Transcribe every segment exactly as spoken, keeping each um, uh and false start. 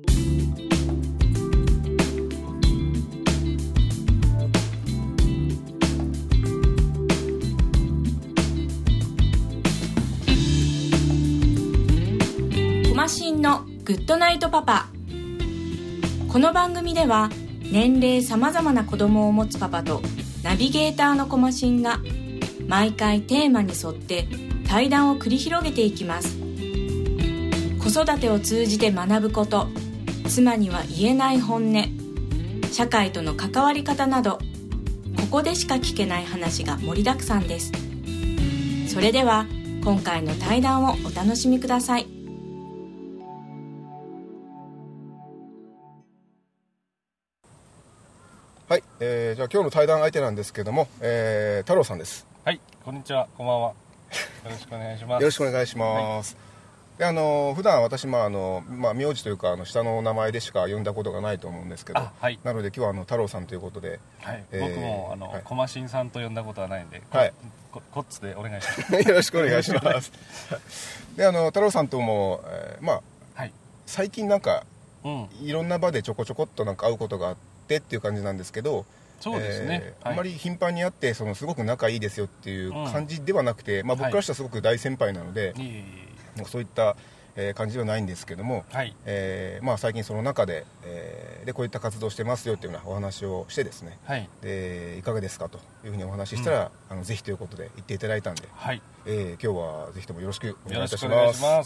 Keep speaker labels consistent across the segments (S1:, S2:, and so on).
S1: コマシンのグッドナイトパパ。この番組では年齢さまざまな子供を持つパパとナビゲーターのコマシンが毎回テーマに沿って対談を繰り広げていきます。子育てを通じて学ぶこと、妻には言えない本音、社会との関わり方など、ここでしか聞けない話が盛りだくさんです。それでは今回の対談をお楽しみください。
S2: はい、えー、じゃあ今日の対談相手なんですけども、えー、太郎さんです。
S3: はい、こんにちは、こんばんは。よろしくお願いします。
S2: よろしくお願いします。はい、であの普段私、まああのまあ、名字というかあの下の名前でしか呼んだことがないと思うんですけど、
S3: はい、
S2: なので今日はあの太郎さんということで、
S3: はい、
S2: えー、
S3: 僕もあの、はい、コマシンさんと呼んだことはないんで、
S2: はい、
S3: ここっつでお願いします。
S2: よろしくお願いしますであの太郎さんとも、えーまあ
S3: はい、
S2: 最近なんか、
S3: うん、
S2: いろんな場でちょこちょこっとなんか会うことがあってっていう感じなんですけど、
S3: そうですね、
S2: えーはい、あまり頻繁に会ってそのすごく仲いいですよっていう感じではなくて、うん、まあ、僕からしたらすごく大先輩なので、はい、なんかそういった、えー、感じではないんですけども、はい、えーまあ、最近その中で、えー、でこういった活動してますよっていうようなお話をしてですね、はい、でいかがですかというふうにお話ししたら、うん、あのぜひということで言っていただいたんで、はい、えー、今日はぜひともよろしくお願いいたします。
S3: よろしくお願いします。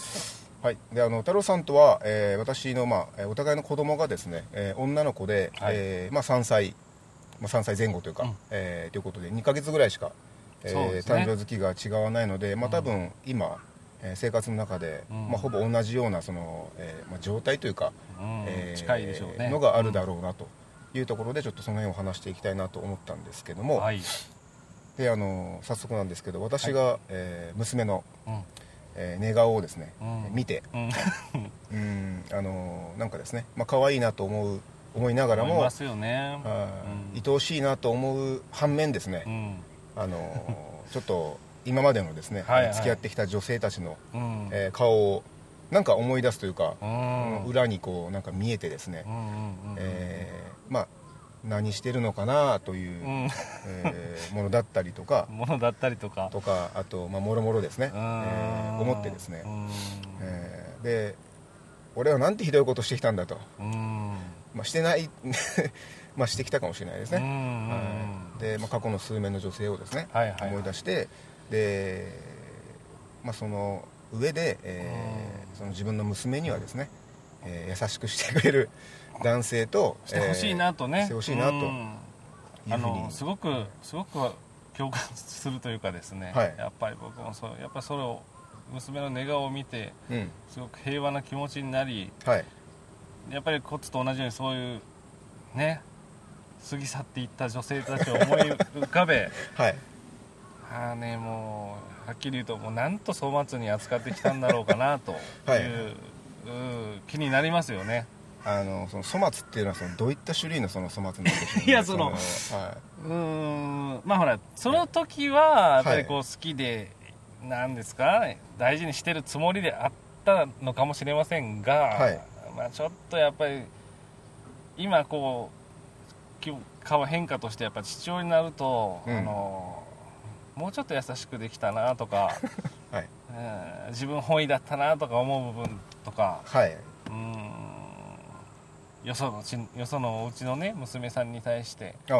S2: はい、であの太郎さんとは、えー、私の、まあ、お互いの子供がですね、えー、女の子で、はい、えーまあ、さんさいまあ、さんさいぜん後というか、うん、えー、ということでにかげつぐらいしか、えーね、誕生月が違わないので、まあ、多分今、えー、生活の中で、うんまあ、ほぼ同じようなその、えーまあ、状態というか、
S3: うんえー、近いでしょうね
S2: のがあるだろうなというところで、ちょっとその辺を話していきたいなと思ったんですけども、はい、であの早速なんですけど、私が、はい、えー、娘の、うんえー、寝顔をですね、うん、見て、うん、うんあのなんかですね、まあ、可愛いなと思う思いながらも、
S3: 思いますよね、
S2: うん、愛おしいなと思う反面ですね、うん、あのちょっと今までのですね、はいはい、付き合ってきた女性たちの、うんえー、顔をなんか思い出すというか、うん、裏にこうなんか見えてですね、まあ何してるのかなという、うんえー、ものだったりとか
S3: ものだったりとか
S2: とかあと、まあ、もろもろですね、えー、思ってですね、えー、で俺はなんてひどいことしてきたんだと、うんまあ、してないまあしてきたかもしれないですね、はいでまあ、過去の数名の女性をですね、はいはいはい、思い出してで、まあ、その上で、えー、その自分の娘にはですね、えー、優しくしてくれる男性と
S3: してほしいなとね、えー、
S2: してほしいなというふうに
S3: あのすごくすごく共感するというかですね、はい、やっぱり僕もそうやっぱりそれを娘の寝顔を見て、うん、すごく平和な気持ちになり、はい、やっぱりこっちと同じようにそういうね過ぎ去っていった女性たちを思い浮かべ、はい、ああねもうはっきり言うともうなんと粗末に扱ってきたんだろうかなという、はい、う気になりますよね。
S2: あのその粗末っていうのはそのどういった種類のその粗末なんでしょうね。
S3: いやその、はい、うーんまあほらその時はやっぱりこう好きで、はい、なんですか大事にしてるつもりであったのかもしれませんが、はいまあ、ちょっとやっぱり今こう変化としてやっぱり父親になると、うん、あのもうちょっと優しくできたなとか、はいえー、自分本位だったなとか思う部分とか、はい、うんよそのちよそのお家のね娘さんに対してあ、はい、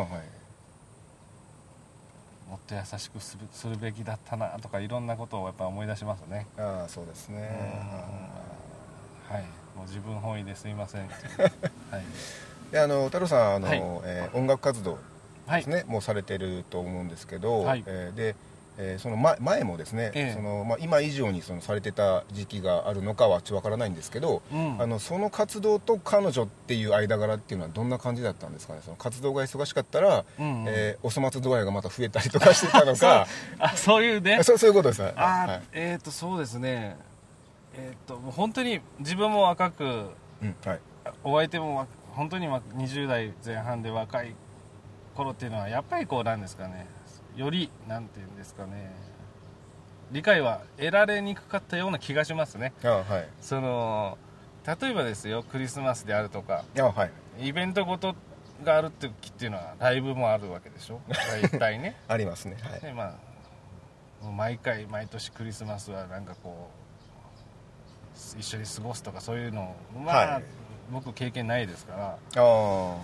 S3: もっと優しくする、するべきだったなとかいろんなことをやっぱ思い出しますね。
S2: ああそうですね、
S3: はいもう自分本位ですいません、はい
S2: であの太郎さんあの、はいえー、音楽活動ですね、はい、もうされてると思うんですけど、はいえー、で、えー、その 前, 前もですね、えーそのまあ、今以上にそのされてた時期があるのかはちょっとわからないんですけど、うん、あのその活動と彼女っていう間柄っていうのはどんな感じだったんですかね。その活動が忙しかったら、うんうんえー、お粗末度合いがまた増えたりとかしてたのか
S3: あ そ, あそういうね
S2: そ, そういうことですね。
S3: あ、はい、えっ、ー、とそうですねえっ、ー、と本当に自分も若く、うんはい、お相手も本当ににじゅう代前半で若い頃っていうのはやっぱりこうなんですかねよりなんていうんですかね理解は得られにくかったような気がしますね。あ、はい、その例えばですよ、クリスマスであるとか、
S2: あ、はい、
S3: イベントごとがある時っていうのはライブもあるわけでしょ大体ね
S2: ありますね、はい、
S3: で、まあ、もう毎回毎年クリスマスはなんかこう一緒に過ごすとかそういうのまあ、はい、僕経験ないですから、
S2: あ、はい、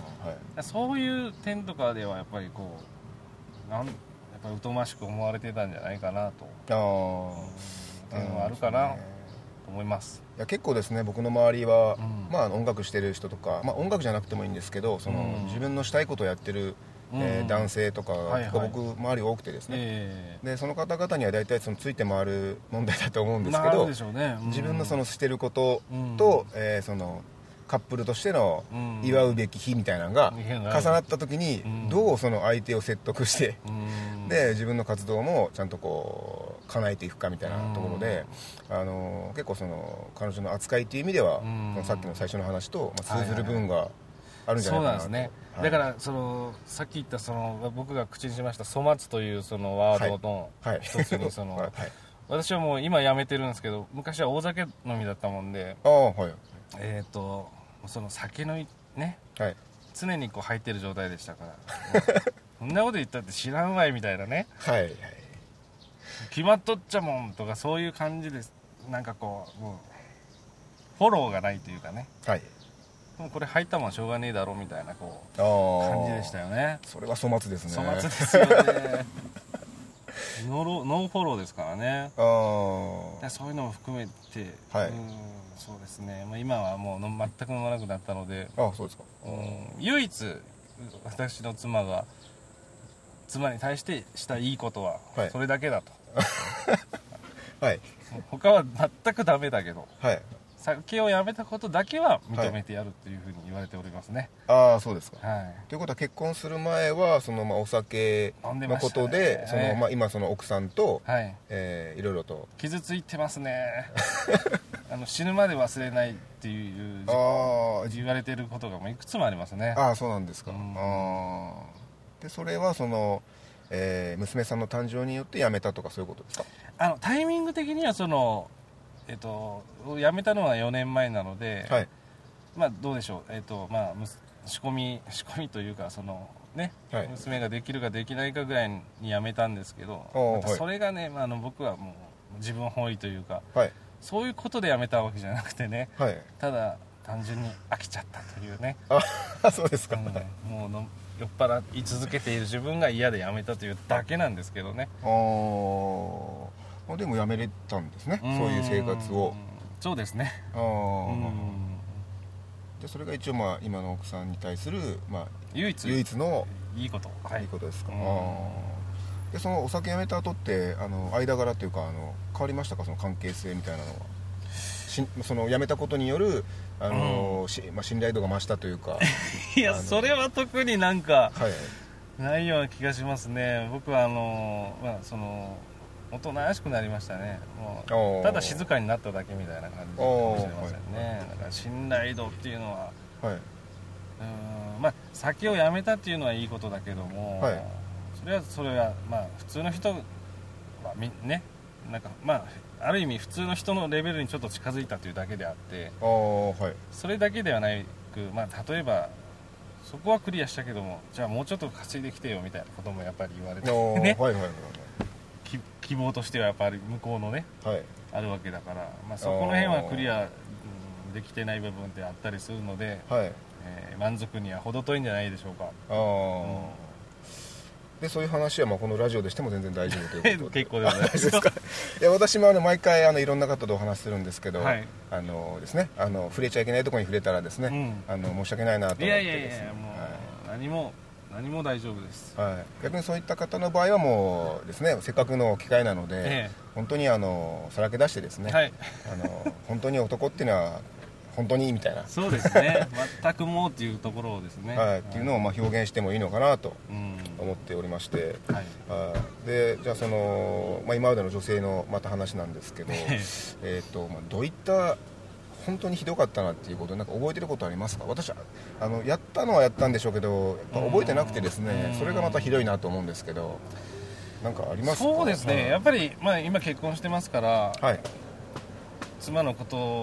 S3: そういう点とかではやっぱりこうなんやっぱり疎ましく思われてたんじゃないかなと、あ、っていうのはあるかなと思います。
S2: いや結構ですね、僕の周りは、うん、まあ、音楽してる人とか、まあ、音楽じゃなくてもいいんですけど、その、うん、自分のしたいことをやってる、うん、えー、男性とかが結構僕周り多くてですね、えー、でその方々には大体そのついて回る問題だと思うんですけど、
S3: でしょうね、うん、
S2: 自分のそのしてることと、うん、えー、そのカップルとしての祝うべき日みたいなのが重なった時にどうその相手を説得してで自分の活動もちゃんとこう叶えていくかみたいなところで、あの結構その彼女の扱いという意味ではさっきの最初の話と通ずる部分があるんじゃないかなと。
S3: そうなんですね、はい、だからそのさっき言ったその僕が口にしました粗末というそのワードの一つにその、はいはい、私はもう今やめてるんですけど、昔は大酒飲みだったもんで、
S2: あ、はい、
S3: えっとその酒のね、
S2: はい、
S3: 常にこう入ってる状態でしたからそんなこと言ったって知らんわいみたいなね、
S2: はいはい、
S3: 決まっとっちゃもんとかそういう感じです。なんかこう、もうフォローがないというかね、
S2: はい、
S3: もうこれ入ったもんしょうがねえだろみたいなこう感じでしたよね。
S2: それは粗末ですね。
S3: 粗末ですよねノロノンフォローですからね。
S2: あ、
S3: そういうのも含めて、
S2: はい、
S3: うん、そうですね、まあ、今はもう全く飲まなくなったので、
S2: あ、そうですか、
S3: うん、唯一私の妻が妻に対してしたいいことはそれだけだと、
S2: はい、
S3: 他は全くダメだけど、
S2: はい、
S3: 酒をやめたことだけは認めてやるっていうふうに言われておりますね。
S2: ああ、そうですか、
S3: はい、
S2: ということは結婚する前はその、まあ、お酒のことで、その、まあ、今その奥さんと、はい、えー、いろいろと
S3: 傷ついてますねあの死ぬまで忘れないっていう
S2: あ
S3: 言われてることがもういくつもありますね。
S2: ああ、そうなんですか、うん、あでそれはその、えー、娘さんの誕生によって辞めたとかそういうことですか。
S3: あのタイミング的にはそのえっと、辞めたのはよねんまえなので、はい、まあどうでしょう、えっとまあ、仕込み仕込みというかその、ね、はい、娘ができるかできないかぐらいに辞めたんですけど、またそれがね、まあ、あの僕はもう自分本位というか、はい、そういうことで辞めたわけじゃなくてね、はい、ただ単純に飽きちゃったというね。
S2: あ、そうですか、うん、
S3: もうの酔っ払い続けている自分が嫌で辞めたというだけなんですけどね。
S2: ああ、でも辞めれたんですね、そういう生活を。
S3: そうですね。
S2: あでそれが一応、まあ、今の奥さんに対する、まあ、
S3: 唯一
S2: 唯一の
S3: いいこと、
S2: はい、いいことですか。でそのお酒辞めた後ってあの間柄というかあの変わりましたか、その関係性みたいなのは。しその辞めたことによるあの、うん、しまあ、信頼度が増したというか
S3: いやそれは特になんか、はい、ないような気がしますね。僕はあの、まあ、そのおとなしくなりましたね。もうただ静かになっただけみたいな感じかもしれませんね。だから信頼度っていうのは、はい、うーん、まあ、酒をやめたっていうのはいいことだけども、はい、それはそれは、まあ、普通の人はみね、なんかまあある意味普通の人のレベルにちょっと近づいたというだけであって、あ、はい、それだけではないく、まあ、例えばそこはクリアしたけども、じゃあもうちょっと稼いできてよみたいなこともやっぱり言われてね、はいはいはい、希望としてはやっぱり向こうのね、はい、あるわけだから、まあ、そこの辺はクリアできてない部分ってあったりするので、はい、えー、満足には程遠いんじゃないでしょうか。あ、うん、
S2: でそういう話はまあこのラジオでしても全然大丈夫ということで
S3: 結構でございますか。
S2: いや私もあの毎回あのいろんな方とお話しするんですけど、はい、あのですね、あの触れちゃいけないところに触れたらですね、うん、あの申し訳ないなと思ってですね、いやいやいや、も
S3: う、はい、何も何も大丈夫です、
S2: はい、逆にそういった方の場合はもうですね、せっかくの機会なので、ええ、本当にあのさらけ出してですね、はい、あの本当に男っていうのは本当にいいみたいな、
S3: そうですね、全くもうっていうところをですね、
S2: はい、っていうのをまあ表現してもいいのかなと思っておりまして、うん、はい、でじゃあその、まあ、今までの女性のまた話なんですけど、えーとまあ、どういった本当にひどかったなっていうことなんか覚えてることありますか？私はあのやったのはやったんでしょうけど、やっぱ覚えてなくてですね、それがまたひどいなと思うんですけど、なんかありますか？
S3: そうですね、やっぱり、まあ、今結婚してますから、はい、妻のこと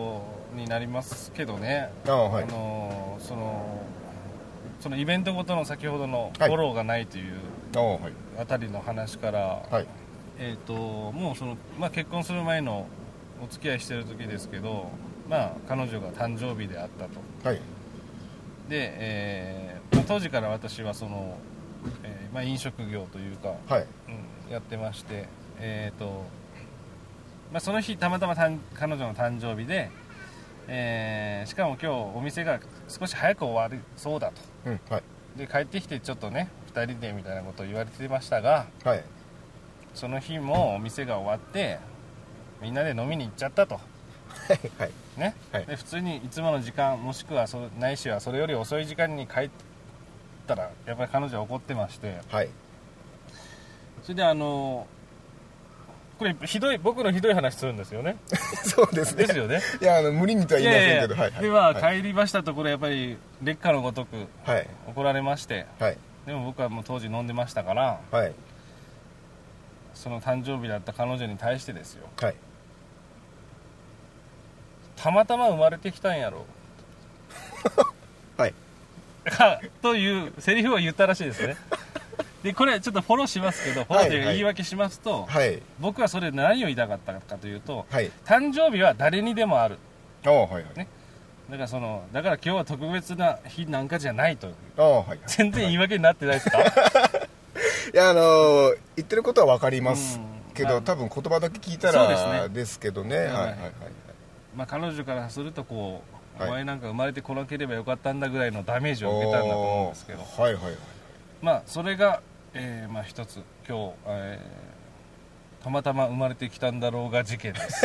S3: になりますけどね、
S2: あ、はい、
S3: あのそのそのイベントごとの先ほどのフォローがないというあたりの話から、はい、えーともうその、まあ、結婚する前のお付き合いしてる時ですけど、まあ、彼女が誕生日であったと、はい、で、えーまあ、当時から私はその、えーまあ、飲食業というか、はい、うん、やってまして、えーとまあ、その日たまたま彼女の誕生日で、えー、しかも今日お店が少し早く終わるそうだと、うんはい、で帰ってきてちょっとねふたりでみたいなことを言われてましたが、はい、その日もお店が終わってみんなで飲みに行っちゃったと、はいねはい、で普通にいつもの時間もしくはそないしはそれより遅い時間に帰ったらやっぱり彼女は怒ってまして、はい、それであのこれひどい僕のひどい話するんですよね
S2: そうですね
S3: ですよね
S2: いやあの無理にとは言いませんけど、いやいや、はいはい、
S3: では、はい、帰りましたところやっぱり劣化のごとく怒られまして、はい、でも僕はもう当時飲んでましたから、はい、その誕生日だった彼女に対してですよ、はい、たまたま生まれてきたんやろはいというセリフを言ったらしいですねでこれちょっとフォローしますけどフォローで言い訳しますと、はいはい、僕はそれで何を言いたかったかというと、はい、誕生日は誰にでもある、はいはいね、だからそのだから今日は特別な日なんかじゃないと、はいはい、全然言い訳になってないですか、はい、
S2: いやあのー、言ってることは分かりますけど、多分言葉だけ聞いたらです、ですけどね、はいはいはい、
S3: まあ、彼女からするとこう、はい、お前なんか生まれてこなければよかったんだぐらいのダメージを受けたんだと思うんですけど、はいはいはい、まあそれがえーまあ、一つ今日、えー、たまたま生まれてきたんだろうが事件です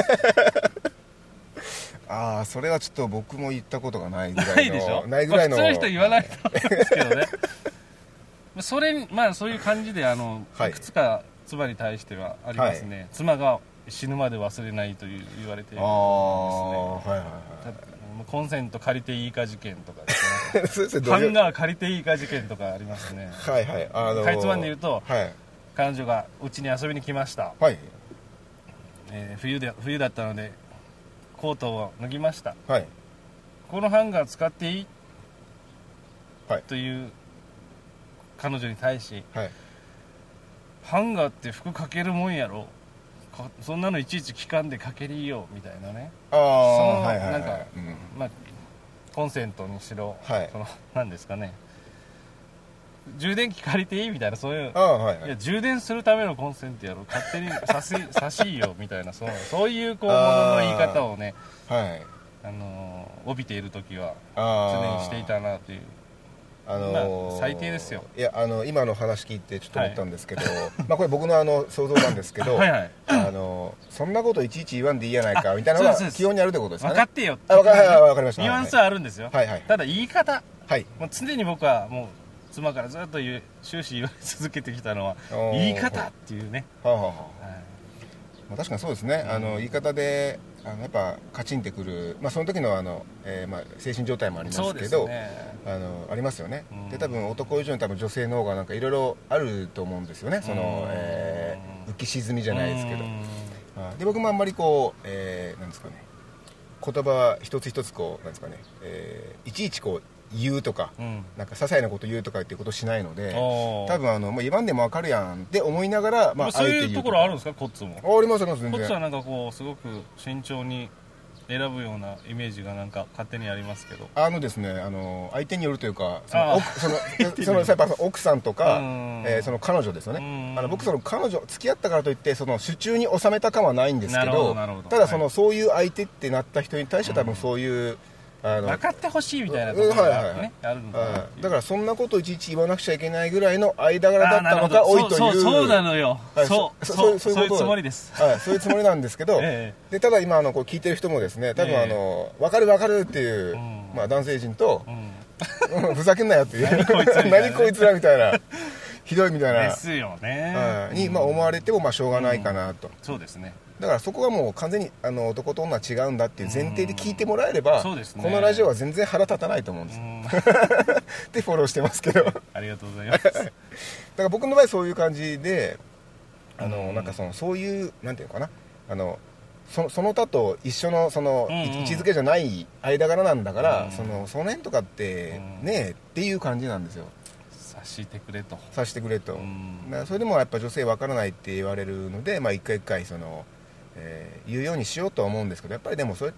S2: ああそれはちょっと僕も言ったことがないぐらいの
S3: ないでしょ、ないぐらいの、まあ、普通の人言わないと思うんですけどねそれまあそういう感じであの、はい、いくつか妻に対してはありますね、はい、妻が死ぬまで忘れないという言われているんですね、あ、はいはいはい、コンセント借りていいか事件とかですねハンガー借りていいか事件とかありますね、はいはい、あのー、かいつまんで言うと、はい、彼女がうちに遊びに来ました、はい、えー、冬で冬だったのでコートを脱ぎました、はい、このハンガー使っていい、はい、という彼女に対し、はい、ハンガーって服かけるもんやろ、そんなのいちいち聞かんでかけりよみたいなね、あ、その、はいはいはい、なんか、うん、まあコンセントにしろ、はい、その何ですかね、充電器借りていいみたいな、そういう、あ、はいはい、いや充電するためのコンセントやろ、勝手に差し差しいよみたいな、そうそういうこうものの言い方をね、はい、あの帯びている時は常にしていたなという。あのーまあ、最低ですよ。
S2: いやあの今の話聞いてちょっと思ったんですけど、はい、まあこれ僕のあの想像なんですけどはい、はい、あのそんなこといちいち言わんでいいやないかみたいなのが基本にあるってことですかね。
S3: 分かってよ、
S2: あ、分か、分かりました。
S3: ニュアンスはあるんですよ、はいはい、ただ言い方、はい、もう常に僕はもう妻からずっと言う終始言われ続けてきたのは言い方っていうね、はあはあはあ、はい、
S2: まあ、確かにそうですね、うん、あの言い方であのやっぱカチンってくる、まあ、その時のあの、えーまあ、精神状態もありますけど、ね、あのありますよね、うん、で多分男以上に多分女性の方がなんかいろいろあると思うんですよね、その、えー、浮き沈みじゃないですけど、で僕もあんまりこう、えー、なんですかね、言葉一つ一つこうなんですかね、えー、いちいちこう言うとか、うん、なんか些細なこと言うとかっていうことしないので、多分あのもう言わんでも分かるやんって思いながら、
S3: まあ、そういうところあるんですか、コッツも。
S2: ありますあります、全然。
S3: コッツはなんかこうすごく慎重に選ぶようなイメージがなんか勝手にありますけど、
S2: あのですね、あの相手によるというか、その奥そのそのやっぱ奥さんとか、えー、その彼女ですよね。あの僕その彼女付き合ったからといってその手中に収めた感はないんですけど、ただその、はい、そういう相手ってなった人に対して多分そういう、あの
S3: 分かってほしいみたいなところが、ね、はいはいはい、あるんだ、
S2: だからそんなことをいちいち言わなくちゃいけないぐらいの間柄だったのが多いという、
S3: そうそうなのよ、はい、そうそうそういうつもりです、
S2: はい、そういうつもりなんですけど、ええ、でただ今あのこう聞いてる人もですね、多分あの、ええ、分かる分かるっていう、うん、まあ、男性陣と、うん、ふざけんなよっていう何こいつら、ね、何こいつらみたいなひどいみたいな
S3: ですよね、
S2: うん、に、まあ、思われてもまあしょうがないかなと、うん、
S3: そうですね。
S2: だからそこはもう完全にあの男と女は違うんだっていう前提で聞いてもらえれば、そうですね、このラジオは全然腹立たないと思うんですでフォローしてますけど
S3: ありがとうございますだか
S2: ら僕の場合そういう感じで、あのなんかそのそういうなんていうのかな、あのその、その他と一緒のその、うんうん、位置づけじゃない間柄なんだから、うん、そのその辺とかって、うん、ねえっていう感じなんですよ。
S3: 察してくれと
S2: 察してくれと、うん、だからそれでもやっぱ女性分からないって言われるので、まあ、一回一回その、えー、言うようにしようとは思うんですけど、やっぱりでもそれって、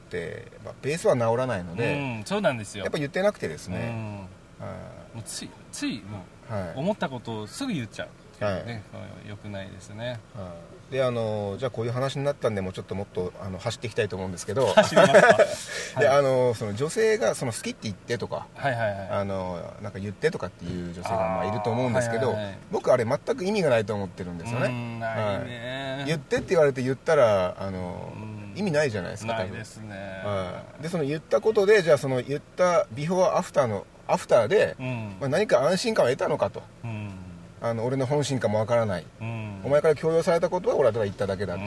S2: まあ、ベースは治らないので、うん、
S3: そうなんですよ。
S2: やっぱ言ってなくてですね、
S3: うん、もうついついもう、はい、思ったことをすぐ言っちゃうっていうね、はい、よくないですね。
S2: はい、であのじゃあこういう話になったんでもうちょっともっとあの走っていきたいと思うんですけど、
S3: 走りますか
S2: で、
S3: はい、
S2: あのその女性がその好きって言ってとか、
S3: はいはいはい、
S2: あのなんか言ってとかっていう女性がまあいると思うんですけど、はいはいはい、僕あれ全く意味がないと思ってるんですよね。
S3: うんないね、
S2: はい、言ってって言われて言ったらあの意味ないじゃないですか。
S3: ないですね。
S2: はい、でその言ったことでじゃあその言ったビフォーアフターのアフターで、うんまあ、何か安心感を得たのかと、うん、あの俺の本心かもわからない、うん、お前から強要されたことは俺はただ言っただけだと、うん、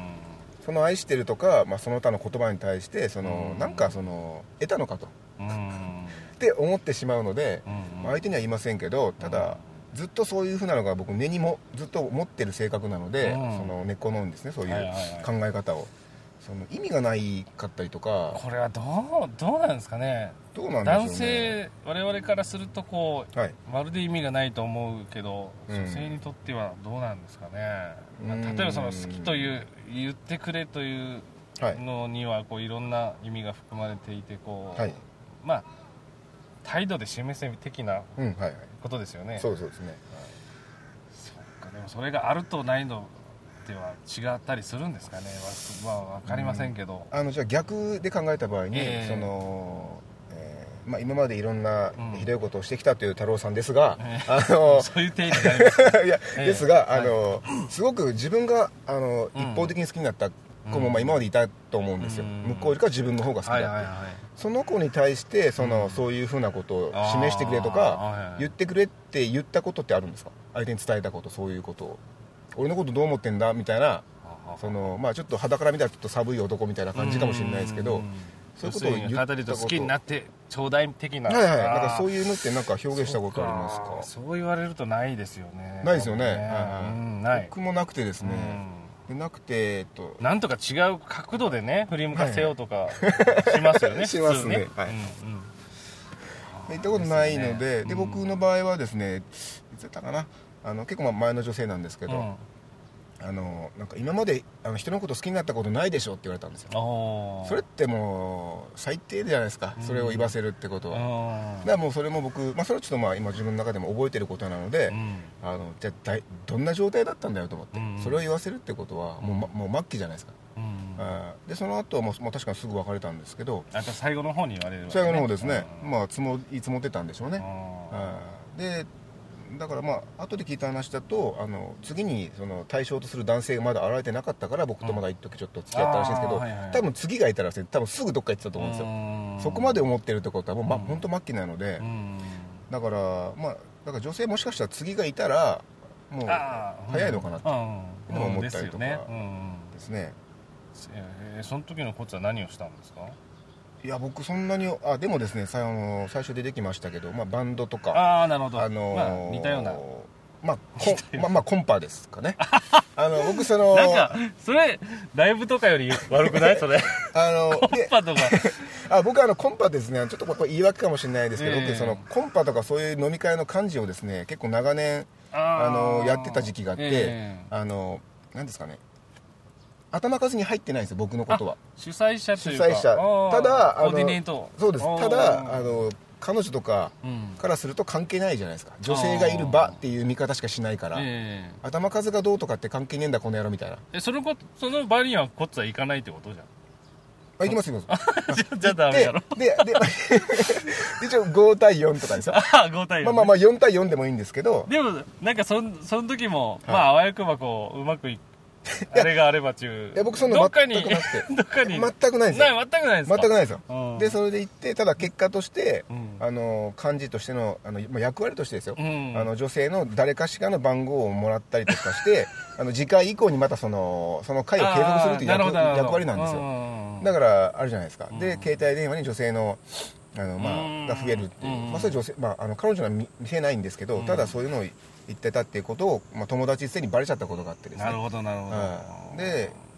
S2: その愛してるとか、まあ、その他の言葉に対してその、うん、なんかその得たのかと、うん、って思ってしまうので、うんまあ、相手には言いませんけど、ただ、うん、ずっとそういうふうなのが僕根にもずっと持ってる性格なので、うん、その根っこのんですね、そういう考え方を、はいはいはい、その意味がないかったりとか。
S3: これはどう、どうなんですかね。
S2: どうなんでしょうね。
S3: 男性我々からするとこう、はい、まるで意味がないと思うけど、うん、女性にとってはどうなんですかね。まあ、例えばその好きという言ってくれというのにはこういろんな意味が含まれていてこう、はい、まあ態度で示せ的なことですよね。
S2: そうそうですね。はい、
S3: そうか。でもそれがあるとないのでは違ったりするんですかね。まあ分かりませんけど、
S2: うん、あのじゃあ逆で考えた場合に、えー、そのまあ、今までいろんなひどいことをしてきたという太郎さんですが、
S3: えー、あのそういう定義になります
S2: いや、えー、ですが、あの、はい、すごく自分があの、うん、一方的に好きになった子も、まあ、今までいたと思うんですよ、うん、向こうよりか自分の方が好きだって、はいはいはい、その子に対してその、うん、そういうふうなことを示してくれとか、はいはい、言ってくれって言ったことってあるんですか？相手に伝えたこと、そういうことを俺のことどう思ってんだみたいな、その、まあ、ちょっと肌から見たらちょっと寒い男みたいな感じかもしれないですけど、そういうことを言ったこと、
S3: 好きになってちょうだい的な、
S2: はいはい、なんかそういうのってなんか表現したことありますか？
S3: そう、そう言われるとないですよね。
S2: ないですよね、はいはい、
S3: うん、ない。
S2: 僕もなくてですね、うん、でなくて、えっと、
S3: なんとか違う角度でね振り向かせようとかしますよね、はい、
S2: しますね、はい、うんうん、言ったことないので、で、ね、で僕の場合はですね、いつだったかな、あの結構前の女性なんですけど、うんあのなんか今まであの人のこと好きになったことないでしょって言われたんですよ。それってもう最低じゃないですか、うん、それを言わせるってことは。だからもうそれも僕、まあ、それはちょっとまあ今自分の中でも覚えてることなので、うん、あのじゃあどんな状態だったんだよと思って、うん、それを言わせるってことはもう、ま、もう末期じゃないですか、うん、あでその後はもう、まあ、確かにすぐ別れたんですけど、
S3: あと最後の方に言われるわ
S2: け、ね、最後の方ですね、まあ、積もり積もってたんでしょうね。あでだからまあ後で聞いた話だと、あの次にその対象とする男性がまだ現れてなかったから僕とまだ一時ちょっと付き合ったらしいんですけど、うんはいはい、多分次がいたらですね、多分すぐどっか行ってたと思うんですよ。そこまで思ってるってことはもう、ま、本当末期なので、だからまあだから女性もしかしたら次がいたらもう早いのかなって思ったりとかですね。
S3: えー、その時のコツは何をしたんですか？
S2: いや僕そんなに、あでもですね、さあの最初出てきましたけど、まあ、バンドとか、
S3: ああなるほど、
S2: あのー
S3: まあ、似たような、
S2: まあコまあ、まあコンパですかねあの僕その
S3: なんかそれライブとかより悪くないそれあのコンパとか
S2: あ僕あのコンパですね、ちょっとこれ言い訳かもしれないですけど、えー、僕そのコンパとかそういう飲み会の幹事をですね結構長年あのやってた時期があって、えー、あのなんですかね、頭数に入ってないんですよ僕のことは。
S3: 主催者というか、
S2: 主催者、ただ
S3: コーディネート、
S2: そうです、ただあの彼女とかからすると関係ないじゃないですか、女性がいる場っていう見方しかしないから、えー、頭数がどうとかって関係ねえんだこの野郎みたいな。
S3: えそのこその場にはこっちはいかないってことじゃん。
S2: あ行きます行きます
S3: じゃあダメやろ。
S2: ででで一応ごたいよんとかですよ。
S3: あごたいよん、
S2: まあまあまあよんたいよんでもいいんですけど、
S3: でもなんかそその時も、はい、まああわよくばこううまくいってあれがあれば中
S2: いや僕そんな全くなくて
S3: どっかに
S2: 全くないですよ。
S3: 全くないですか。
S2: 全くないですよ、うん、でそれで行って、ただ結果として、うん、あの幹事としての、あの、まあ、役割としてですよ、うん、あの女性の誰かしらの番号をもらったりとかしてあの次回以降にまたそのその会を継続するという 役, 役割なんですよ。だからあるじゃないですか、うん、で携帯電話に女性のあの、まあ、が増えるっていう、まあ、それ女性、まあ、あの彼女は見せないんですけど、ただそういうのを言ってたっていうことを、まあ、友達一斉にバレちゃったことがあってですね。
S3: なるほどなるほど、
S2: で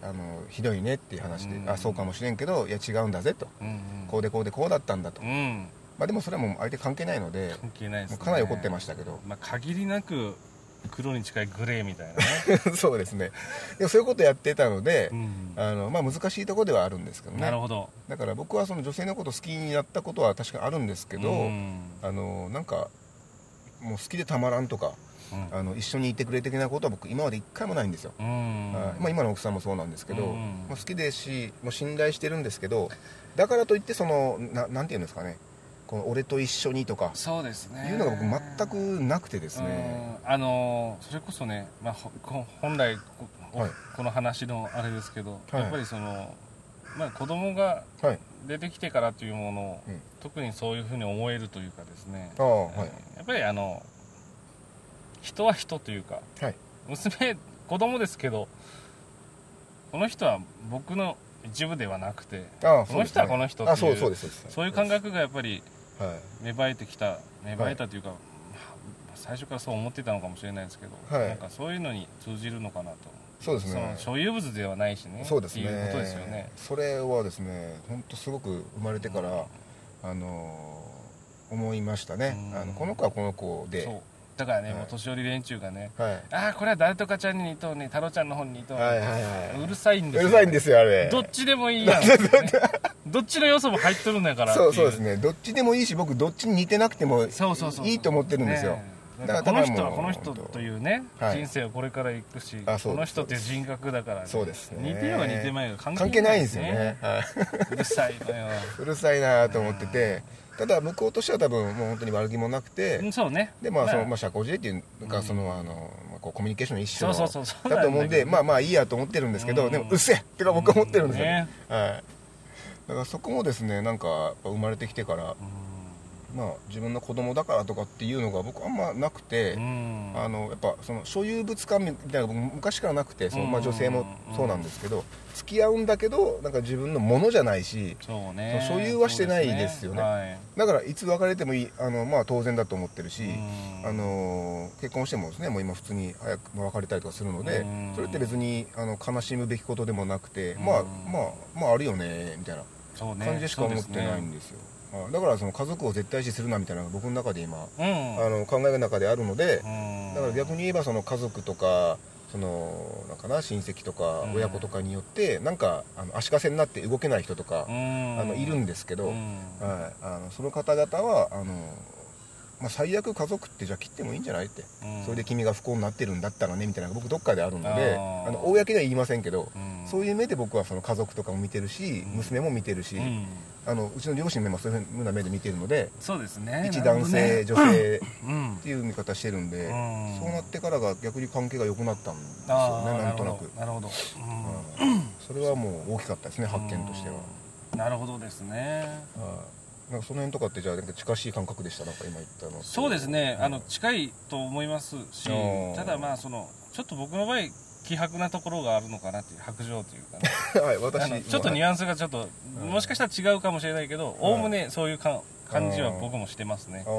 S2: あのひどいねっていう話で、うん、あそうかもしれんけどいや違うんだぜと、うんうん、こうでこうでこうだったんだと、うん、まあ、でもそれはもう相手関係ないので
S3: 関係ないですね、
S2: もうかなり怒ってましたけど、
S3: まあ、限りなく黒に近いグレーみたいなね
S2: そうですね。でもそういうことやってたので、うん、あのまあ、難しいところではあるんですけどね。
S3: なるほど。
S2: だから僕はその女性のこと好きになったことは確かにあるんですけど、うん、あのなんかもう好きでたまらんとか、うん、あの一緒にいてくれ的なことは僕今まで一回もないんですよ、うん、まあ、今の奥さんもそうなんですけど、うん、もう好きですしもう信頼してるんですけど、だからといってその な, なんていうんですかね、この俺と一緒にとか
S3: そうですね
S2: いうのが僕全くなくてですね、
S3: あのそれこそね、まあ、本来 こ,、はい、この話のあれですけど、はい、やっぱりその、まあ、子供が出てきてからというものを、はい、特にそういうふうに思えるというかですね、あ、はい、やっぱりあの人は人というか、はい、娘子供ですけどこの人は僕の一部ではなくて、ああ、この人はこの人っていう、そういう感覚がやっぱり芽生えてきた、芽生えたというか、はい、最初からそう思ってたのかもしれないですけど、はい、なんかそういうのに通じるのかなと。
S2: そうですね、
S3: その所有物ではないしね、
S2: そうですね、
S3: っていうことですよね。
S2: それはですね本当すごく生まれてから、うん、あの思いましたね、うん、あのこの子はこの子で、そう
S3: だからね、はい、もう年寄り連中がね、はい、ああこれは誰とかちゃんに似とうね、太郎ちゃんの方に似とうね、はいはいはい、うるさいんですよ、
S2: うるさいんですよあれ。
S3: どっちでもいいやん、ね、どっちの要素も入っとるんだからっていう。
S2: そうそうですね、どっちでもいいし僕どっちに似てなくてもいいと思ってるんですよ、ね、
S3: だからこの人はこの人というね、はい、人生をこれから行くし、この人っていう人格だから、ね、
S2: そうですね、
S3: 似てようが似てまいが関
S2: 係ないんですよね、はい、
S3: うるさいのよ
S2: うるさいなと思ってて、ただ向こうとしては多分もう本当に悪気もなくて、
S3: うん、そうね、
S2: でまあそのまあ社交辞令っていうか、そのあのこうコミュニケーションの一種だと思うんで、まあまあいいやと思ってるんですけど、でもうっせえってか僕は思ってるんですよね、はい。だからそこもですね、なんか生まれてきてから、まあ、自分の子供だからとかっていうのが僕あんまなくて、うん、あのやっぱその所有物感みたいなのが昔からなくて、その、まあ、女性もそうなんですけど、付き合うんだけどなんか自分のものじゃないし、そうね、その所有はしてないですよね、はい、だからいつ別れてもいい、あの、まあ、当然だと思ってるし、あの結婚してもですね、もう今普通に早く別れたりとかするので、それって別にあの悲しむべきことでもなくて、まあまあまああるよねみたいな感じでしか思ってないんですよ。だからその家族を絶対視するなみたいなのが僕の中で今、うん、あの考えの中であるので、うん、だから逆に言えばその家族とかそのなんかな親戚とか親子とかによってなんかあの足かせになって動けない人とか、うん、あのいるんですけど、うん、はい、あのその方々はあの、まあ、最悪家族ってじゃあ切ってもいいんじゃないって、うん、それで君が不幸になってるんだったらねみたいなのが僕どっかであるので、あの公では言いませんけど、うん、そういう目で僕はその家族とかも見てるし、うん、娘も見てるし、うん、あのうちの両親もそういうふうな目で見てるので、
S3: そうですね、
S2: 一男性、ね、女性っていう見方してるんで、うん、そうなってからが逆に関係が良くなったんですよね、なんとなく。
S3: なるほど、
S2: うん、それはもう大きかったですね、発見としては。
S3: なるほどですね。
S2: なんかその辺とかってじゃあなんか近しい感覚でした？なんか今言ったの。
S3: そうですね、うん、あの近いと思いますし、ただまあそのちょっと僕の場合希薄なところがあるのかなっていう、白状というかねはい、私ちょっとニュアンスがちょっと、うん、もしかしたら違うかもしれないけど、おおむねそういうか感じは僕もしてますね。うん、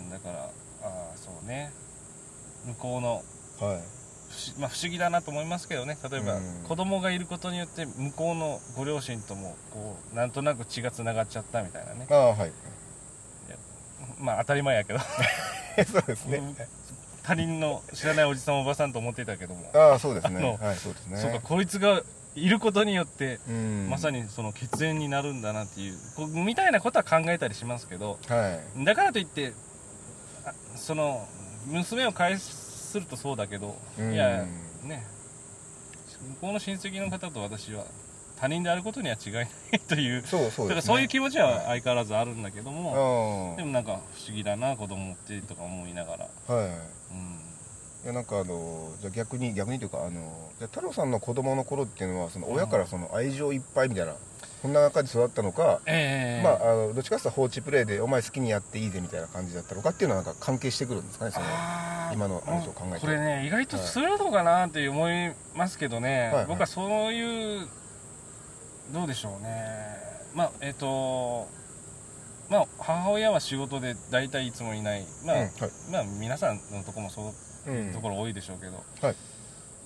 S3: だからああそうね、向こうの、はい、まあ、不思議だなと思いますけどね。例えば、うん、子供がいることによって向こうのご両親ともこうなんとなく血がつながっちゃったみたいなね。あ、はい、いやまあ当たり前やけど
S2: そうですね、
S3: 他人の知らないおじさんおばさんと思ってたけども、
S2: ああそうですね、はい、そうですね。
S3: そうか、こいつがいることによって、うん、まさにその血縁になるんだなっていうこうみたいなことは考えたりしますけど、はい、だからといってその娘を返するとそうだけど、うん、いやね、向こうの親戚の方と私は他人であることには違いないという、そうそうですね、だからそういう気持ちは相変わらずあるんだけども、はい、でもなんか不思議だな子供ってとか思いながら、はい、うん、い
S2: やなんかあのじゃあ逆に逆にというか、あのじゃ太郎さんの子供の頃っていうのはその親からその愛情いっぱいみたいな、こんな中で育ったのか、えー、まあ、あのどっちかというと放置プレイでお前好きにやっていいぜみたいな感じだったのかっていうのはなんか関係してくるんですかね、その今の話を考えて。
S3: これね、意外とするのかなって思いますけどね、はい、僕はそういうどうでしょうね、まあえっ、ー、とまあ母親は仕事で大体いつもいない、まあ、うん、はい、まあ皆さんのところもそういうところ多いでしょうけど、うん、はい、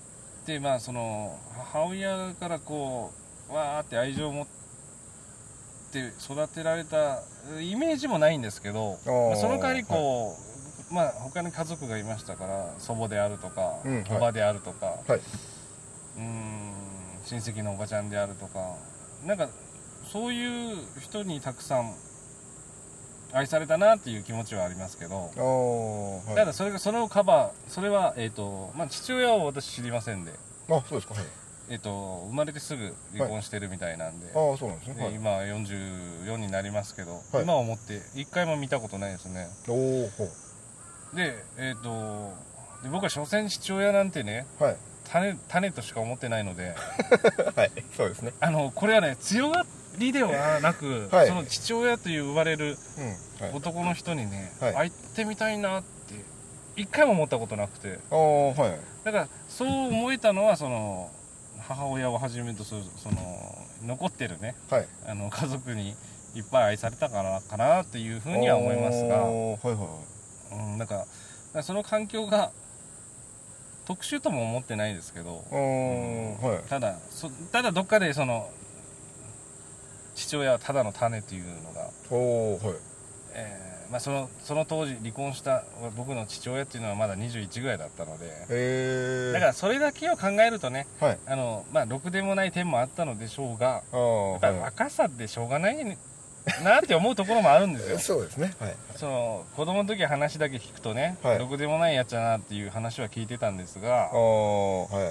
S3: ってまあその母親からこうわーって愛情を持って育てられたイメージもないんですけど、まあ、その代わりこう、はい、まあ他に家族がいましたから祖母であるとか、うん、おばであるとか、はい、うーん親戚のおばちゃんであるとかなんかそういう人にたくさん愛されたなっていう気持ちはありますけど、はい、ただそれがそれをカバーそれは、えーとまあ、父親は私知りませんで、
S2: あそうですか、はい、
S3: えーと生まれてすぐ離婚してるみたいなんで、
S2: はい、あそうなんですね、はい、
S3: 今よんじゅうよんになりますけど、はい、今思って一回も見たことないですね。おーほうで、えーとで僕は所詮父親なんてね、はい、種, 種としか思ってないので
S2: はいそうですね、あの
S3: これはね強がりではなく、はい、その父親という言われる男の人にね、はい、会ってみたいなって一回も思ったことなくて、あ、はい、だからそう思えたのはその母親をはじめとするその残ってるね、はい、あの家族にいっぱい愛されたからかなっていうふうには思いますが、はいはいうん、だからその環境が特殊とも思ってないですけど、うんはい、ただそただどっかでその父親はただの種というのが、お、はいえーまあ、そのその当時離婚した僕の父親っていうのはまだにじゅういちぐらいだったので、へだからそれだけを考えるとね、はいあのまあ、ろくでもない点もあったのでしょうが、やっぱり若さってしょうがないなって思うところもあるんですよ
S2: そうですね、はい、
S3: その子供の時話だけ聞くとね、はい、ろくでもないやつだなっていう話は聞いてたんですが、はい、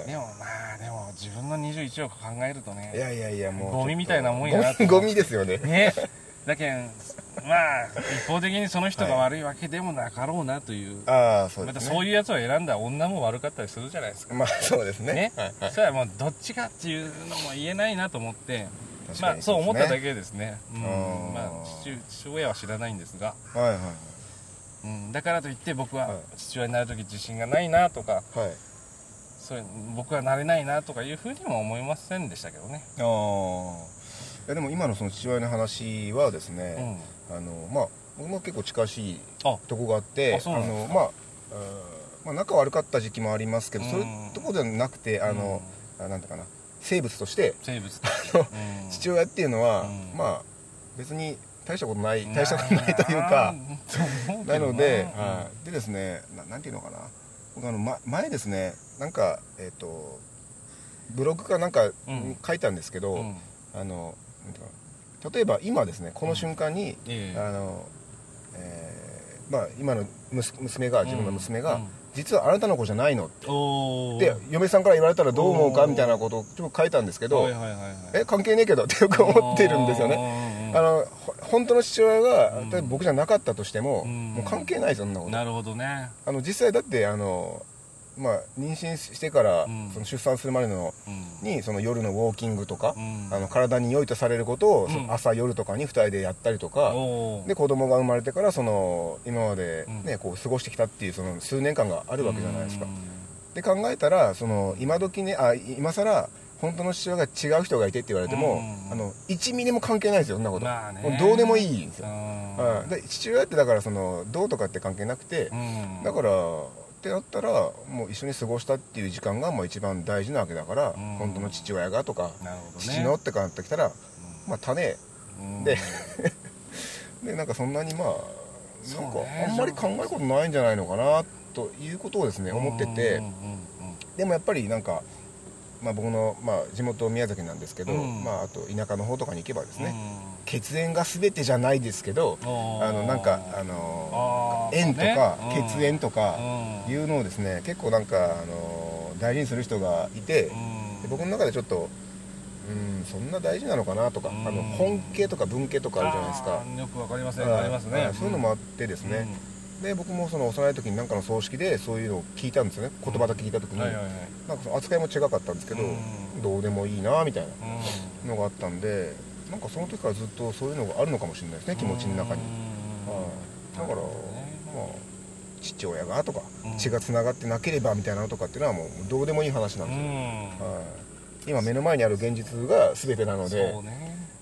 S3: でもまあでも自分のにじゅういちを考えるとね、
S2: いやいやいやもう
S3: ゴミみたいなもんやなって
S2: ゴミですよね
S3: ねだけんまあ一方的にその人が悪いわけでもなかろうなという、はい、あそうですね、またそういうやつを選んだ女も悪かったりするじゃないですか。
S2: まあそうですねね、
S3: はいはい、それはもうどっちかっていうのも言えないなと思って、まあそう思っただけですね、うんまあ、父, 父親は知らないんですが、はいはいはいうん、だからといって僕は父親になるとき自信がないなとか、はい、それ僕はなれないなとかいうふうにも思いませんでしたけどね。あ
S2: いやでも今のその父親の話はですね、うん、あのまあ僕も結構近しいとこがあって、ああのまあ、まあ仲悪かった時期もありますけど、うん、そういうとこではなくてあの、うん、なんていうかな生物として
S3: 生物
S2: あの、うん、父親っていうのは、うん、まあ別に大したことない大したことないというかなので、はい、でですね な, なんていうのかな僕あの、ま、前ですねなんかえっ、ー、とブログかなんか書いたんですけど、うん、あの例えば今ですねこの瞬間に、うん、あのえーまあ、今の娘が自分の娘が、うんうん実はあなたの子じゃないのってで嫁さんから言われたらどう思うかみたいなことをちょっと書いたんですけど、はいはいはいはい、え関係ねえけどってよく思ってるんですよね。あの本当の父親が例えば僕じゃなかったとしても、もう関係ないそんなこと。
S3: なるほどね。
S2: あの実際だってあのまあ、妊娠してから、うん、その出産するまでの、うん、にその夜のウォーキングとか、うん、あの体に良いとされることを、うん、その朝夜とかにふたりでやったりとか、で子供が生まれてからその今まで、ねこう過ごしてきたっていうその数年間があるわけじゃないですか。で考えたらその今時ねあ今更本当の父親が違う人がいてって言われても、あのいちミリも関係ないですよそんなこと、まあね、もうどうでもいいんですよ。うん、で父親ってだからそのどうとかって関係なくて、だからってなったらもう一緒に過ごしたっていう時間がもう一番大事なわけだから、うん、本当の父親がとか、ね、父のってなってきたら、うん、まあ種、うん、ででなんかそんなにまあなんかあんまり考えることないんじゃないのかなということをですね思ってて、でもやっぱりなんか、まあ、僕の、まあ、地元宮崎なんですけど、うんまあ、あと田舎の方とかに行けばですね、うん、血縁が全てじゃないですけどあのなんかあの縁とか、ね、血縁とかいうのをですね結構なんかあの大事にする人がいて、うん、で僕の中でちょっとうんそんな大事なのかなとか、うん、あの本家とか分家とかあるじゃないですか。
S3: よくわかりませんありますね。
S2: そういうのもあってですね、うん、で僕もその幼い時に何かの葬式でそういうのを聞いたんですよね。言葉だけ聞いた時に、うんはいはいはい、なんかその扱いも違かったんですけど、うん、どうでもいいなみたいなのがあったんで、なんかその時からずっとそういうのがあるのかもしれないですね気持ちの中に、うん、だから、ね、まあ父親がとか、うん、血がつながってなければみたいなのとかっていうのはもうどうでもいい話なんですよ、うんはい、今目の前にある現実が全てなので、そうね、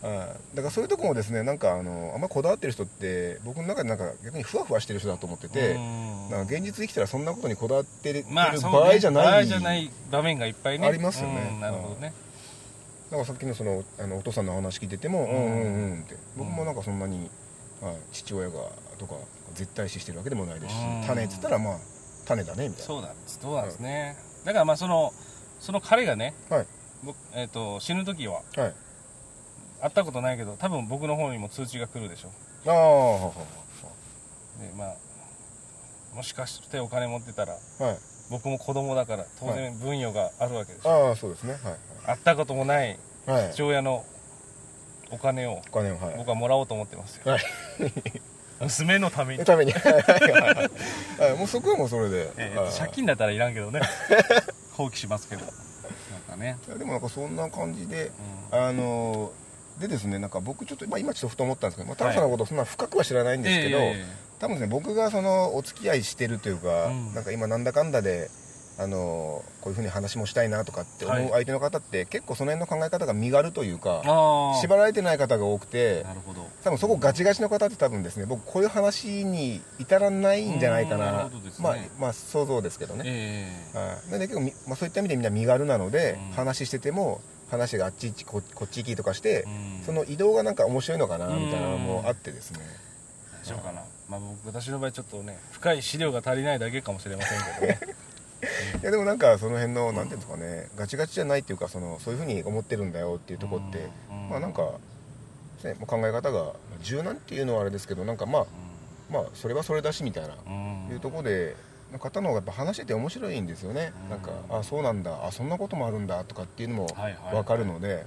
S2: だからそういうとこもですね、なんかあのあんまこだわってる人って僕の中でなんか逆にふわふわしてる人だと思ってて、なんか現実生きたらそんなことにこだわってる場合じゃない、
S3: 場合じゃない場面がいっぱいね
S2: ありますよね。
S3: なるほどね。
S2: なんかさっきのそのあのお父さんの話聞いてても、うんうんうんって、僕もなんかそんなに、はい、父親がとか絶対視してるわけでもないですし、種っつったらまあ種だねみたいな。
S3: そうなんです、そうなんですね。だからまあそのその彼がね、
S2: はい、
S3: 僕えっと死ぬ時は、
S2: はい、
S3: 会ったことないけど多分僕の方にも通知が来るでしょ。
S2: ああ、ははは。
S3: でまあもしかしてお金持ってたら、
S2: はい、
S3: 僕も子供だから当然分与があるわけでしょ。
S2: ああ、そうですね。はい、
S3: 会ったこともない
S2: はい、
S3: 父親のお金を
S2: お金を、はい、
S3: 僕はもらおうと思ってますよ。はい、娘のために。
S2: ために。はい、もうそこはもうそれで。
S3: えー、借金だったらいらんけどね。放棄しますけど。なんかね。
S2: でもなんかそんな感じで、うん、あのでですね、なんか僕ちょっと、まあ、今ちょっとふと思ったんですけど、まあ、太郎さんのことそんな深くは知らないんですけど、はい、えー、多分ですね、僕がそのお付き合いしてるというか、うん、なんか今なんだかんだであのこういうふうに話もしたいなとかって思う相手の方って、はい、結構その辺の考え方が身軽というか縛られてない方が多くて、
S3: なるほど、
S2: 多分そこガチガチの方って多分ですね、僕こういう話に至らないんじゃないかな、な、ね、まあ、まあ想像ですけどね、えーはい、なんで結構、まあ、そういった意味でみんな身軽なので、うん、話してても話があっち行き こ, こっち行きとかして、うん、その移動がなんか面白いのかなみたいなのもあってですね、
S3: 大丈夫かな、まあ、僕私の場合ちょっとね深い資料が足りないだけかもしれませんけどね
S2: いやでもなんかその辺のなんていうんですかね、ガチガチじゃないっていうか、そのそういうふうに思ってるんだよっていうところって、まあなんか、ね、考え方が柔軟っていうのはあれですけど、なんかまあまあそれはそれだしみたいないうところでの方の方がやっぱ話してて面白いんですよね。なんかあそうなんだ、あそんなこともあるんだとかっていうのも分かるので、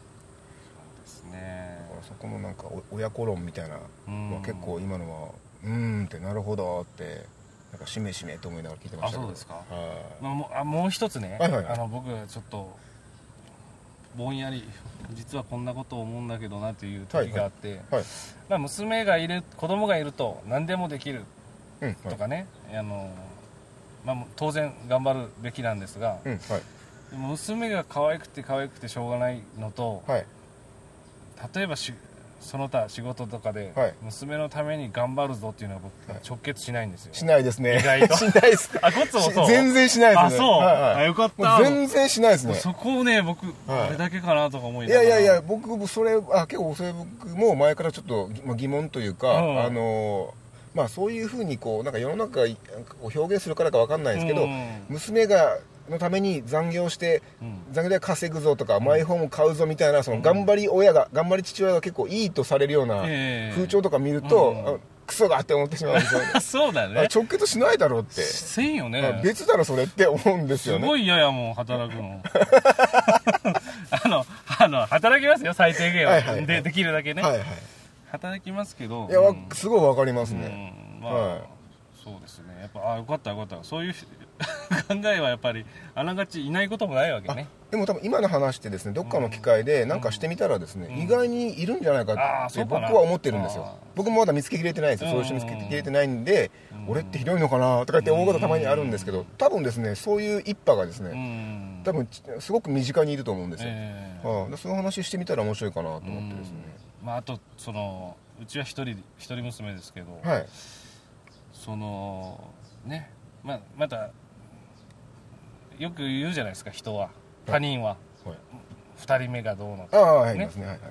S2: そこのなんか親子論みたいなのは結構今のはうーんってなるほどってなんかしめしめと思いながら聞いてましたけど。
S3: あ、そうですか。まあ、も, あもう一つね、はいはいはい、あの僕ちょっとぼんやり実はこんなことを思うんだけどなという時があって、はいはいはい、まあ、娘がいる子供がいると何でもできるとかね、うん、はい、あのまあ、当然頑張るべきなんですが、うん、はい、でも娘が可愛くて可愛くてしょうがないのと、はい、例えばしその他仕事とかで娘のために頑張るぞっていうのは僕直結しないんですよ。
S2: しないですね。
S3: 意外と
S2: しないです。
S3: あ、こっちもそう。
S2: 全然しないですね。
S3: あ、そう、はいはい、あ、よかった。
S2: 全然しないですね。
S3: そこをね、僕、はい、あれだけかなとか思い
S2: ながら。いやいやいや、僕それあ結構それ僕も前からちょっと疑問というか、うん、あのまあそういうふうにこうなんか世の中を表現するからかわかんないですけど、うん、娘がのために残業して、うん、残業で稼ぐぞとか、うん、マイホーム買うぞみたいなその頑張り親が、うん、頑張り父親が結構いいとされるような風潮とか見ると、えーうん、クソがって思ってしまうんですよね。
S3: そうだね。
S2: 直結しないだろうって。
S3: せんよね。
S2: 別だろそれって思うんですよね。
S3: すごい嫌やもん働くの。あのあの働きますよ最低限は、はいはいはい、でできるだけね、はいはい、働きますけど。
S2: いや、うん、すごいわかりますね。
S3: うん、まあ、はい、そうですね。やっぱあよかったよかった。そういう考えはやっぱりあながちいないこともないわけね。
S2: でも多分今の話ってですね、どっかの機会で何かしてみたらですね、うん、意外にいるんじゃないかって僕は思ってるんですよ。僕もまだ見つけきれてないですよ。そういう人見つけきれてないんで、うん、俺ってひどいのかなとか言って思うことたまにあるんですけど、多分ですねそういう一派がですね、多分すごく身近にいると思うんですよ。えーはあ、その話してみたら面白いかなと思ってですね。
S3: まあ、あとそのうちは一人一人娘ですけど、
S2: はい、そ
S3: のね、まあ、またよく言うじゃないですか人は、他人は、はい、ふたりめがどうの
S2: ああ、はい、ね、ですね、はいはい、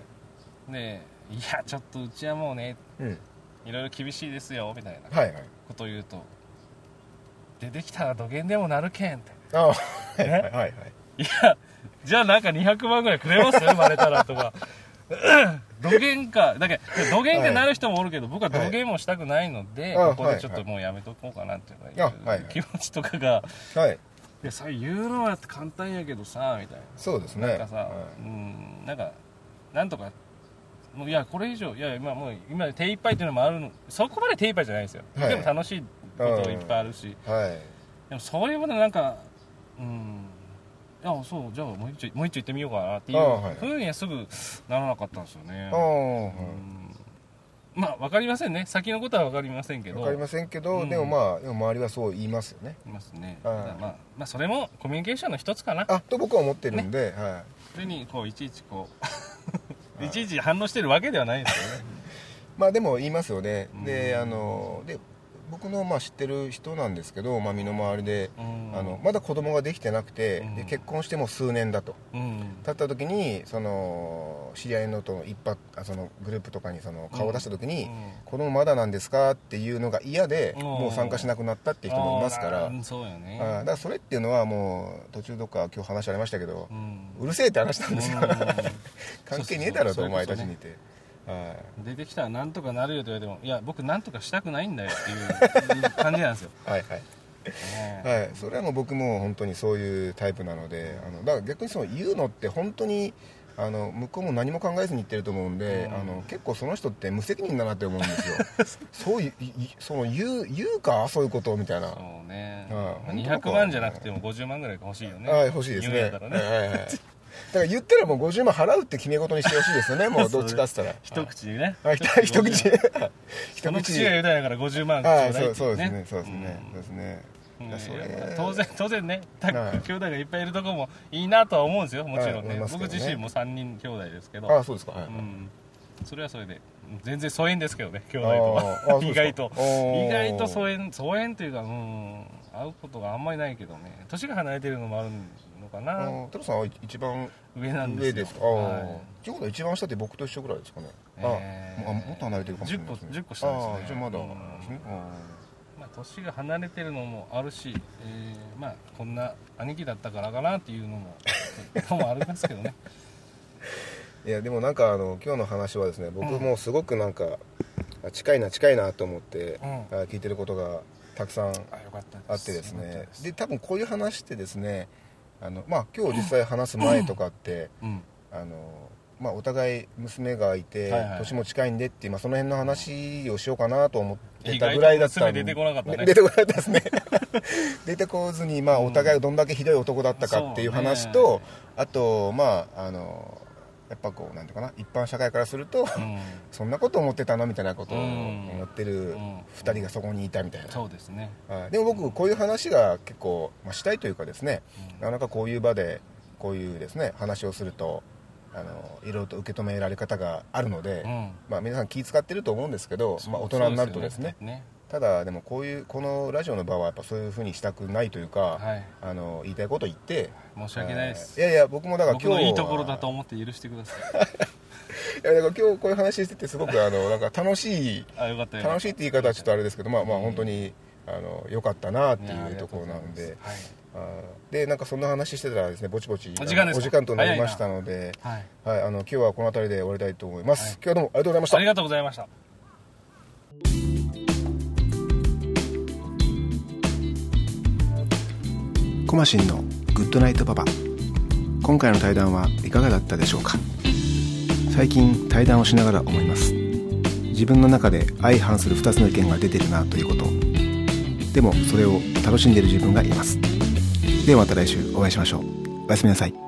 S3: でいやちょっとうちはもうね、うん、いろいろ厳しいですよみたいなことを言うと、出てきたら土下でもなるけんって、
S2: ああ、はいはいはいはい、
S3: いやじゃあなんかにひゃくまんぐらいくれます生まれたらとか土下かだけど土下ってなる人もおるけど、はい、僕は土下もしたくないので、はい、ここでちょっともうやめとこうかなっていう、はい、気持ちとかが、はい、いやさ言うのは簡単やけどさみたいな。
S2: そうですね。
S3: なんかさ、はい、うんなんかなんとかもういやこれ以上いや今もう今手一杯っていうのもあるの、そこまで手一杯じゃないですよ、はい、でも楽しいこといっぱいあるし、はい、でもそういうものなんかうんいやそうじゃあもう一丁もう一丁行ってみようかなっていうふうにはすぐならなかったんですよね。あ、はい、まあ分かりませんね、先のことは分かりませんけど
S2: 分かりませんけど、うん、でもまあでも周りはそう言いますよね。
S3: 言いますね。まあ、まあそれもコミュニケーションの一つかな
S2: あと僕は思ってるんで、ね、はい、
S3: それにこういちいちこういちいち反応してるわけではないんですよね
S2: まあでも言いますよね。であので僕のまあ知ってる人なんですけど、まあ、身の回りで、うん、あのまだ子供ができてなくて、うん、で結婚しても数年だと、うん、経った時にその知り合いのとの一発そのグループとかにその顔を出した時に、うん、子供まだなんですかっていうのが嫌で、うん、もう参加しなくなったっていう人もいますから、
S3: そうよね、
S2: あだからそれっていうのはもう途中どっか今日話ありましたけど、うん、うるせえって話なんですよ、うん、関係ねえだろとお前たちにて。はい、出
S3: てきたらなんとかなるよと言われても、いや僕なんとかしたくないんだよっていう感じなんですよ
S2: はいはい、はい、それはもう僕も本当にそういうタイプなので、あのだから逆にその言うのって本当にあの向こうも何も考えずに言ってると思うんで、うん、あの結構その人って無責任だなって思うんですよそういうその言う、言うかそういうことみたいな。
S3: そうね、ああにひゃくまんじゃなくてもごじゅうまんぐらい欲しいよね。
S2: あ欲しいですね。言うんやったらね、はいはいはいだから言ったらもうごじゅうまん払うって決め事にしてほしいですよねもうどっちかっつったら
S3: 一口にね、
S2: はい、一口に
S3: 一口が言うたんやからごじゅうまんちょうだいっていうね。
S2: そうですねそうですね、うん、そうですね、うん、
S3: それ当然当然ね、兄弟がいっぱいいるとこもいいなとは思うんですよ、もちろんね、はい、僕自身もさんにん兄弟ですけど。
S2: ああそうですか、はい、うん、
S3: それはそれで全然疎遠ですけどね、兄弟とは意外と意外と疎遠疎遠というか、うん、会うことがあんまりないけどね、年が離れてるのもあるのかな。
S2: 太郎さんは一番
S3: 上なんですよ。
S2: 上ですか。ああ、はい、ということは一番下って僕と一緒ぐらいですかね。えー、あもっと離れてるかもしれないですね。
S3: じゅっこ下ですね。
S2: ああじゃあまだ、うん、
S3: まあ年が離れてるのもあるし、えー、まあこんな兄貴だったからかなっていうのももありますけどね
S2: いやでもなんかあの今日の話はですね、僕もすごくなんか、うん、近いな近いなと思って、うん、聞いてることがたくさんあってですね、で多分こういう話ってですね、あのまあ今日実際話す前とかって、うん、あのまあ、お互い娘がいて、はいはい、年も近いんでっていう、まあ、その辺の話をしようかなと思ってたぐらいだったんで、
S3: 出てこなかったね。
S2: 出てこなかったですね出てこずに、まあ、お互いどんだけひどい男だったかっていう話と、うんね、あとまああのやっぱこうなんていうかな、一般社会からすると、うん、そんなこと思ってたのみたいなことを思ってるふたりがそこにいたみたいな、うん、
S3: そうですね。
S2: でも僕こういう話が結構、まあ、したいというかですね、うん、なかなかこういう場でこういうですね話をするとあのいろいろと受け止められ方があるので、うん、まあ、皆さん気遣ってると思うんですけど、まあ、大人になるとですね、ね、ただでもこういうこのラジオの場はやっぱそういうふうにしたくないというか、はい、あの言いたいこと言って
S3: 申し訳ないです。
S2: いやいや僕もだから今日
S3: 僕のいいところだと思って許してください
S2: いやだから今日こういう話しててすごくあのなんか楽しい
S3: あよかったよ
S2: 楽しいって言い方はちょっとあれですけど、まあまあ本当にあの良かったなっていうところなので、はい、あでなんかそんな話してたらですねぼちぼちお時間お時間となりましたので、はいはい、あの今日はこの辺りで終わりたいと思います、はい、今日はどうもありがとうございました。
S3: ありがとうございました。
S2: コマシンのグッドナイトパパ、今回の対談はいかがだったでしょうか。最近対談をしながら思います。自分の中で相反するふたつの意見が出てるなということ、でもそれを楽しんでいる自分がいます。ではまた来週お会いしましょう。おやすみなさい。